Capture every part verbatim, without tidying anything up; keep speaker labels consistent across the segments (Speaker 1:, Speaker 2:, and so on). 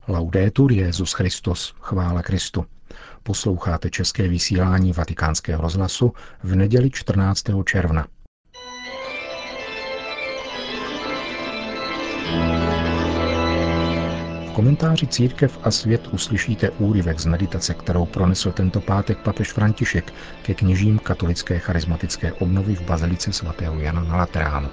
Speaker 1: Laudetur Jesus Christus, chvála Kristu. Posloucháte české vysílání Vatikánského rozhlasu v neděli čtrnáctého června. V komentáři Církev a svět uslyšíte úryvek z meditace, kterou pronesl tento pátek papež František ke kněžím katolické charismatické obnovy v bazilice svatého Jana na Lateránu.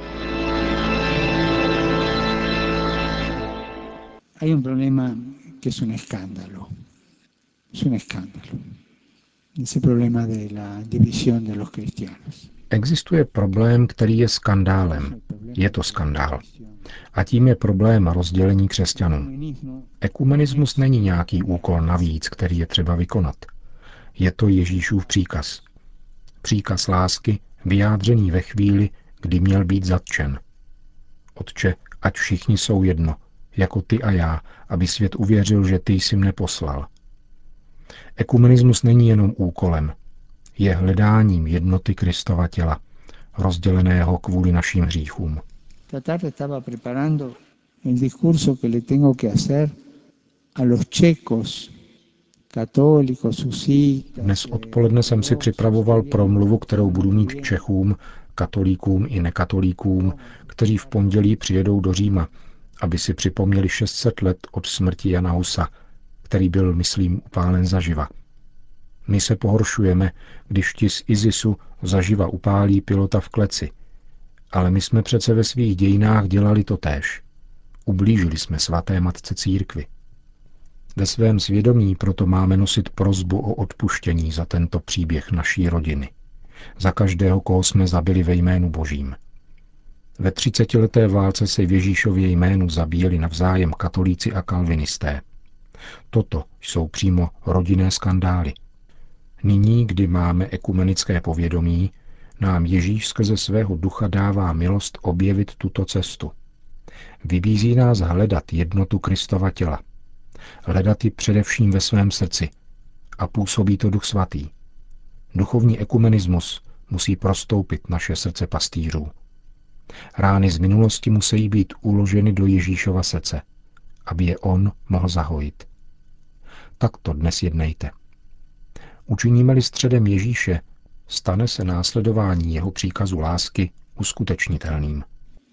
Speaker 2: Hay un problema que es un escándalo, es un escándalo, ese problema de la división de los cristianos.
Speaker 1: Existuje problém, který je skandálem. Je to skandál. A tím je problém rozdělení křesťanů. Ekumenismus není nějaký úkol navíc, který je třeba vykonat. Je to Ježíšův příkaz. Příkaz lásky, vyjádřený ve chvíli, kdy měl být zatčen. Otče, ať všichni jsou jedno, jako ty a já, aby svět uvěřil, že ty jsi mne poslal. Ekumenismus není jenom úkolem, je hledáním jednoty Kristova těla, rozděleného kvůli našim hříchům. Dnes odpoledne jsem si připravoval promluvu, kterou budu mít k Čechům, katolíkům i nekatolíkům, kteří v pondělí přijedou do Říma, aby si připomněli šest set let od smrti Jana Husa, který byl, myslím, upálen zaživa. My se pohoršujeme, když ti z ISISu zaživa upálí pilota v kleci. Ale my jsme přece ve svých dějinách dělali totéž. Ublížili jsme svaté matce církvi. Ve svém svědomí proto máme nosit prosbu o odpuštění za tento příběh naší rodiny. Za každého, koho jsme zabili ve jménu Božím. Ve třicetileté válce se v Ježíšově jménu zabíjeli navzájem katolíci a kalvinisté. Toto jsou přímo rodinné skandály. Nyní, kdy máme ekumenické povědomí, nám Ježíš skrze svého ducha dává milost objevit tuto cestu. Vybízí nás hledat jednotu Kristova těla. Hledat ji především ve svém srdci. A působí to Duch Svatý. Duchovní ekumenismus musí prostoupit naše srdce pastýřů. Rány z minulosti musí být uloženy do Ježíšova srdce, aby je on mohl zahojit. Tak to dnes jednejte. Učiníme-li středem Ježíše, stane se následování jeho příkazu lásky uskutečnitelným.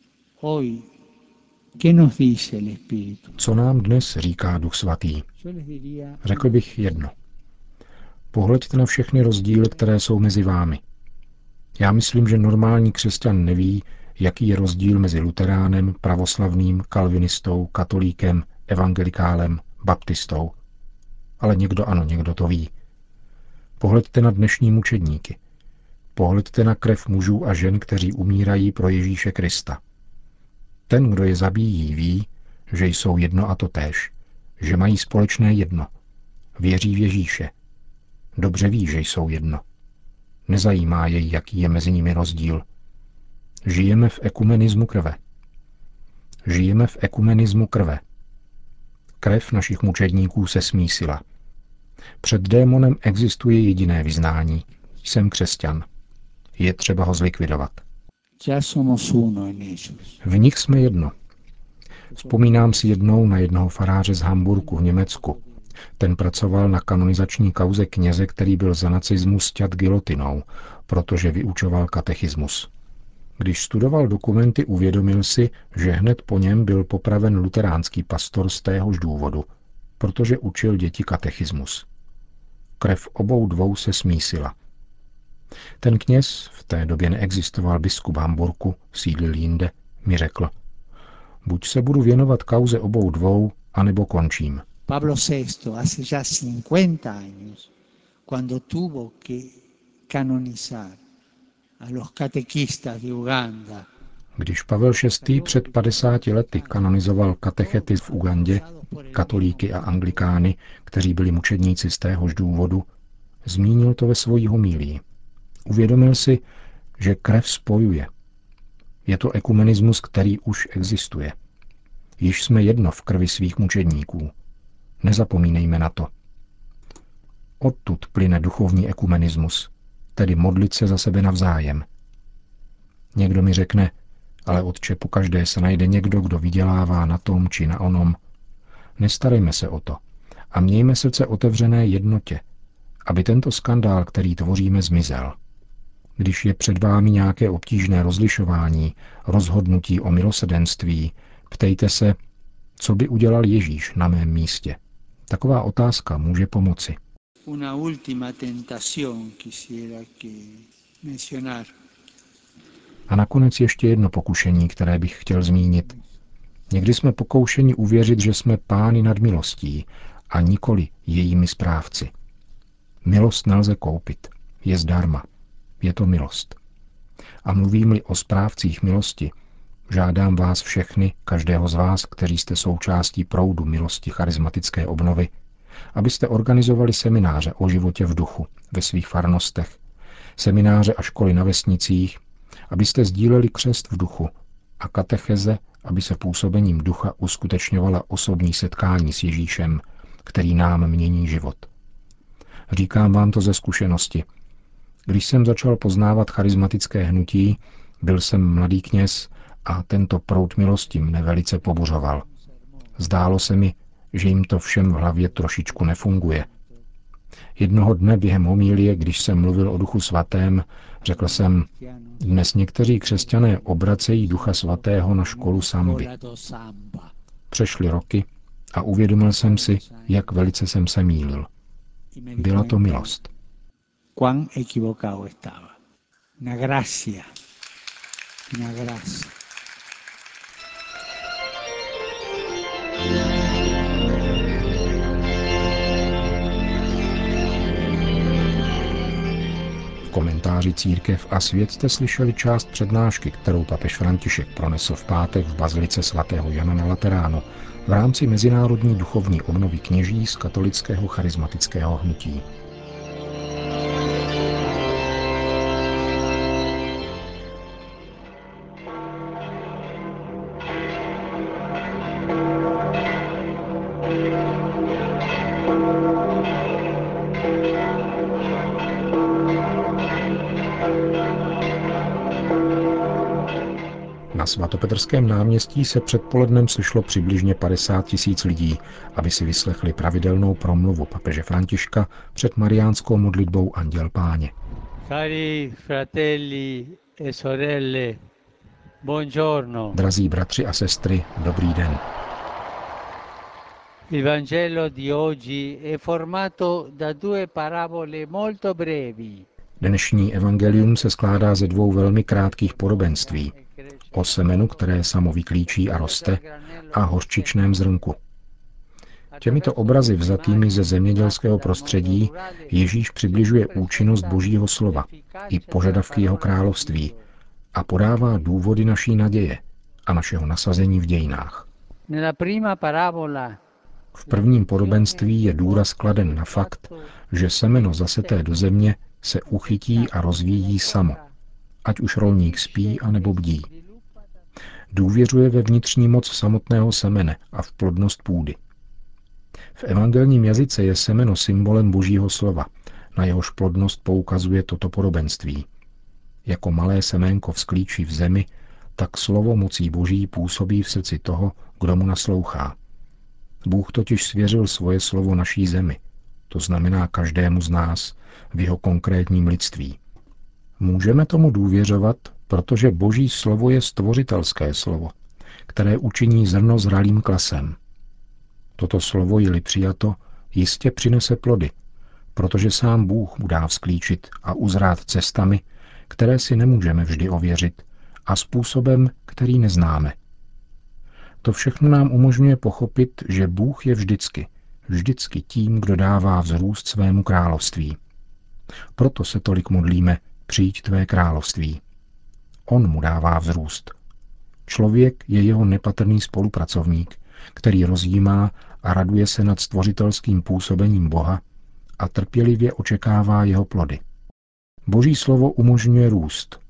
Speaker 1: Co nám dnes říká Duch Svatý? Řekl bych jedno. Pohleďte na všechny rozdíly, které jsou mezi vámi. Já myslím, že normální křesťan neví, jaký je rozdíl mezi luteránem, pravoslavným, kalvinistou, katolíkem, evangelikálem, baptistou. Ale někdo ano, někdo to ví. Pohleďte na dnešní mučedníky. Pohleďte na krev mužů a žen, kteří umírají pro Ježíše Krista. Ten, kdo je zabíjí, ví, že jsou jedno a totéž, že mají společné jedno. Věří v Ježíše. Dobře ví, že jsou jedno. Nezajímá jej, jaký je mezi nimi rozdíl. Žijeme v ekumenismu krve. Žijeme v ekumenismu krve. Krev našich mučedníků se smísila. Před démonem existuje jediné vyznání. Jsem křesťan. Je třeba ho zlikvidovat. V nich jsme jedno. Vzpomínám si jednou na jednoho faráře z Hamburku v Německu. Ten pracoval na kanonizační kauze kněze, který byl za nacismu sťat gilotinou, protože vyučoval katechismus. Když studoval dokumenty, uvědomil si, že hned po něm byl popraven luteránský pastor z téhož důvodu, protože učil děti katechismus. Krev obou dvou se smísila. Ten kněz, v té době neexistoval biskup Hamburku, sídlil jinde, mi řekl: buď se budu věnovat kauze obou dvou, anebo končím.
Speaker 2: Pablo sexto, hace ya cincuenta años, cuando tuvo que canonizar a los catequistas de Uganda.
Speaker 1: Když Pavel šestý před padesáti lety kanonizoval katechety v Ugandě, katolíky a anglikány, kteří byli mučedníci z téhož důvodu, zmínil to ve svojí homílii. Uvědomil si, že krev spojuje. Je to ekumenismus, který už existuje. Již jsme jedno v krvi svých mučedníků. Nezapomínejme na to. Odtud plyne duchovní ekumenismus, tedy modlit se za sebe navzájem. Někdo mi řekne: ale otče, pokaždé se najde někdo, kdo vydělává na tom či na onom. Nestarejme se o to a mějme srdce otevřené jednotě, aby tento skandál, který tvoříme, zmizel. Když je před vámi nějaké obtížné rozlišování, rozhodnutí o milosrdenství, ptejte se, co by udělal Ježíš na mém místě. Taková otázka může pomoci.
Speaker 2: Una última tentación quisiera que mencionar.
Speaker 1: A nakonec ještě jedno pokušení, které bych chtěl zmínit. Někdy jsme pokoušeni uvěřit, že jsme pány nad milostí a nikoli jejími správci. Milost nelze koupit, je zdarma, je to milost. A mluvím-li o správcích milosti, žádám vás všechny, každého z vás, kteří jste součástí proudu milosti charismatické obnovy, abyste organizovali semináře o životě v duchu ve svých farnostech, semináře a školy na vesnicích, abyste sdíleli křest v duchu a katecheze, aby se působením ducha uskutečňovala osobní setkání s Ježíšem, který nám mění život. Říkám vám to ze zkušenosti. Když jsem začal poznávat charismatické hnutí, byl jsem mladý kněz a tento proud milosti mne velice pobuřoval. Zdálo se mi, že jim to všem v hlavě trošičku nefunguje. Jednoho dne během homilie, když jsem mluvil o Duchu svatém, řekl jsem, dnes někteří křesťané obracejí Ducha svatého na školu samby. Přešly roky a uvědomil jsem si, jak velice jsem se mýlil. Byla to milost.
Speaker 2: Cuán equivocado estaba. Una gracia. Una gracia.
Speaker 1: V komentáři Církev a svět jste slyšeli část přednášky, kterou papež František pronesl v pátek v bazilice svatého Jana na Lateránu v rámci mezinárodní duchovní obnovy kněží z katolického charismatického hnutí. Na svatopetrském náměstí se předpolednem sešlo přibližně padesát tisíc lidí, aby si vyslechli pravidelnou promluvu papeže Františka před mariánskou modlitbou Anděl Páně.
Speaker 2: Cari fratelli e sorelle, buongiorno.
Speaker 1: Drazí bratři a sestry, dobrý den.
Speaker 2: Il Vangelo di oggi è formato da due parabole molto brevi.
Speaker 1: Dnešní evangelium se skládá ze dvou velmi krátkých podobenství. O semenu, které samo vyklíčí a roste, a hořčičném zrnku. Těmito obrazy vzatými ze zemědělského prostředí Ježíš přibližuje účinnost Božího slova i požadavky jeho království a podává důvody naší naděje a našeho nasazení v dějinách. V prvním podobenství je důraz kladen na fakt, že semeno zaseté do země se uchytí a rozvíjí samo, ať už rolník spí anebo bdí. Důvěřuje ve vnitřní moc samotného semene a v plodnost půdy. V evangelním jazyce je semeno symbolem Božího slova, na jehož plodnost poukazuje toto podobenství. Jako malé seménko vzklíčí v zemi, tak slovo mocí Boží působí v srdci toho, kdo mu naslouchá. Bůh totiž svěřil svoje slovo naší zemi, to znamená každému z nás, v jeho konkrétním lidství. Můžeme tomu důvěřovat, protože Boží slovo je stvořitelské slovo, které učiní zrno zralým klasem. Toto slovo, je-li přijato, jistě přinese plody, protože sám Bůh mu dá vzklíčit a uzrát cestami, které si nemůžeme vždy ověřit, a způsobem, který neznáme. To všechno nám umožňuje pochopit, že Bůh je vždycky, vždycky tím, kdo dává vzrůst svému království. Proto se tolik modlíme, přijď tvé království. On mu dává vzrůst. Člověk je jeho nepatrný spolupracovník, který rozjímá a raduje se nad stvořitelským působením Boha a trpělivě očekává jeho plody. Boží slovo umožňuje růst.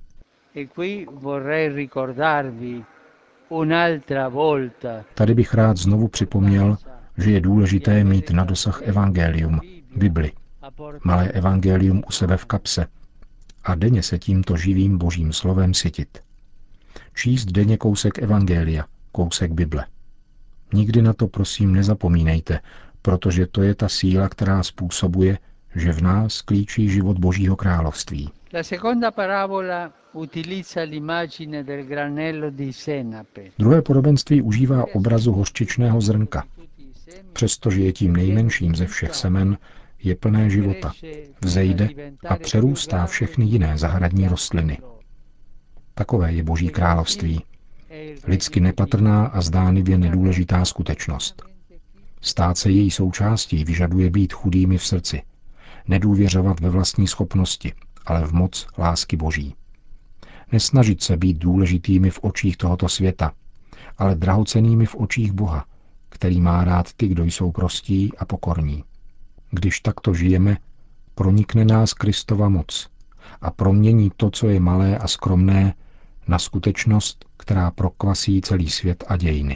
Speaker 1: Tady bych rád znovu připomněl, že je důležité mít na dosah evangelium, Bibli, malé evangelium u sebe v kapse a denně se tímto živým Božím slovem sytit. Číst denně kousek evangelia, kousek Bible. Nikdy na to prosím nezapomínejte, protože to je ta síla, která způsobuje, že v nás klíčí život Božího království.
Speaker 2: La seconda parabola utilizza l'immagine del granello di senape.
Speaker 1: Druhé podobenství užívá obrazu hořčičného zrnka. Přestože je tím nejmenším ze všech semen, je plné života, vzejde a přerůstá všechny jiné zahradní rostliny. Takové je Boží království. Lidsky nepatrná a zdánlivě nedůležitá skutečnost. Stát se její součástí vyžaduje být chudými v srdci, nedůvěřovat ve vlastní schopnosti, ale v moc lásky Boží. Nesnažit se být důležitými v očích tohoto světa, ale drahocennými v očích Boha, který má rád ty, kdo jsou prostí a pokorní. Když takto žijeme, pronikne nás Kristova moc a promění to, co je malé a skromné, na skutečnost, která prokvasí celý svět a dějiny.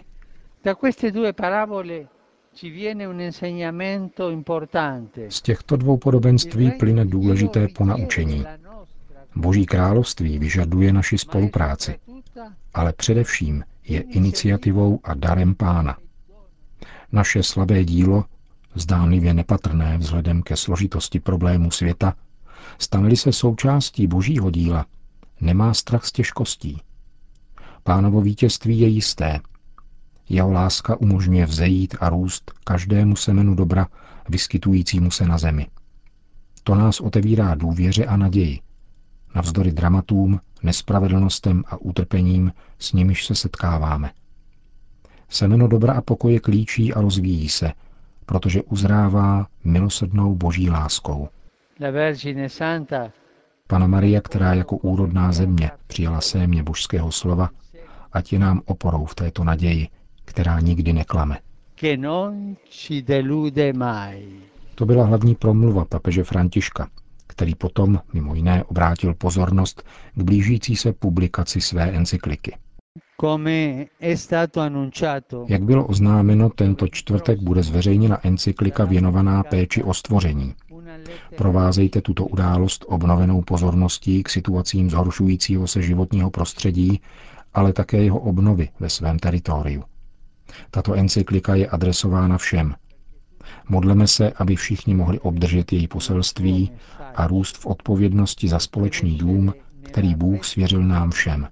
Speaker 1: Z těchto dvou podobenství plyne důležité ponaučení. Boží království vyžaduje naši spolupráci, ale především je iniciativou a darem Pána. Naše slabé dílo, zdánlivě nepatrné vzhledem ke složitosti problémů světa, stane-li se součástí Božího díla, nemá strach z těžkostí. Pánovo vítězství je jisté. Jeho láska umožňuje vzejít a růst každému semenu dobra, vyskytujícímu se na zemi. To nás otevírá důvěře a naději, navzdory dramatům, nespravedlnostem a utrpením, s nimiž se setkáváme. Semeno dobra a pokoje klíčí a rozvíjí se, protože uzrává milosrdnou Boží láskou. Panna Maria, která jako úrodná země přijala sémě božského slova, ať je nám oporou v této naději, která nikdy neklame. To byla hlavní promluva papeže Františka, který potom mimo jiné obrátil pozornost k blížící se publikaci své encykliky. Jak bylo oznámeno, tento čtvrtek bude zveřejněna encyklika věnovaná péči o stvoření. Provázejte tuto událost obnovenou pozorností k situacím zhoršujícího se životního prostředí, ale také jeho obnovy ve svém teritoriu. Tato encyklika je adresována všem. Modleme se, aby všichni mohli obdržet její poselství a růst v odpovědnosti za společný dům, který Bůh svěřil nám všem.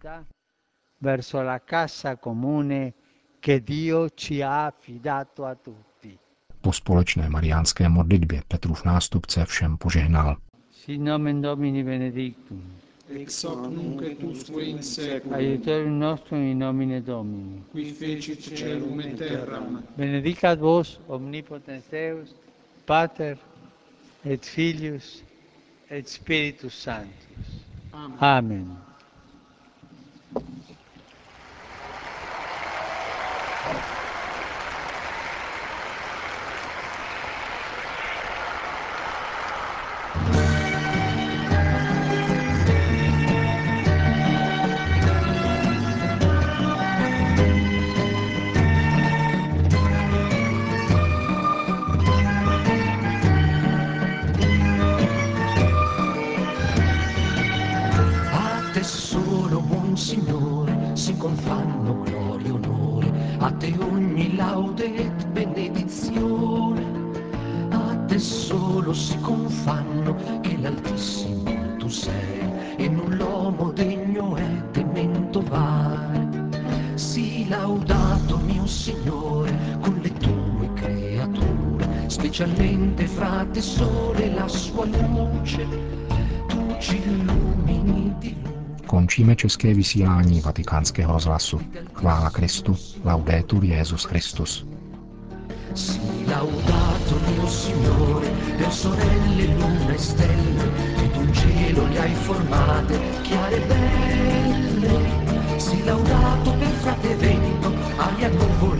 Speaker 1: Po společné mariánské modlitbě Petrův nástupce všem požehnal.
Speaker 2: Sit nomen Domini benedictum.
Speaker 3: Ex hoc nunc et usque in seculum.
Speaker 2: Aiutorium nostrum in nomine Domini.
Speaker 3: Qui fecit caelum et terram.
Speaker 2: Benedicat vos omnipotens Deus, Pater et Filius et Spiritus Sanctus.
Speaker 3: Amen.
Speaker 2: Amen.
Speaker 4: Signore, si confanno gloria e onore, a te ogni laude et benedizione, a te solo si confanno che l'Altissimo tu sei, e null'uomo degno è temento vai. Sii laudato mio Signore con le tue creature, specialmente fra te sole la sua luce, tu ci illumini di luce.
Speaker 1: Končíme české vysílání Vatikánského rozhlasu. Chvála Kristu, laudetur Jesus Christus.
Speaker 4: Sii laudato mio Signore, per sorelle, luna e stelle, che tu in cielo le hai formate, chiare e belle. Sii laudato per frate vento, aria con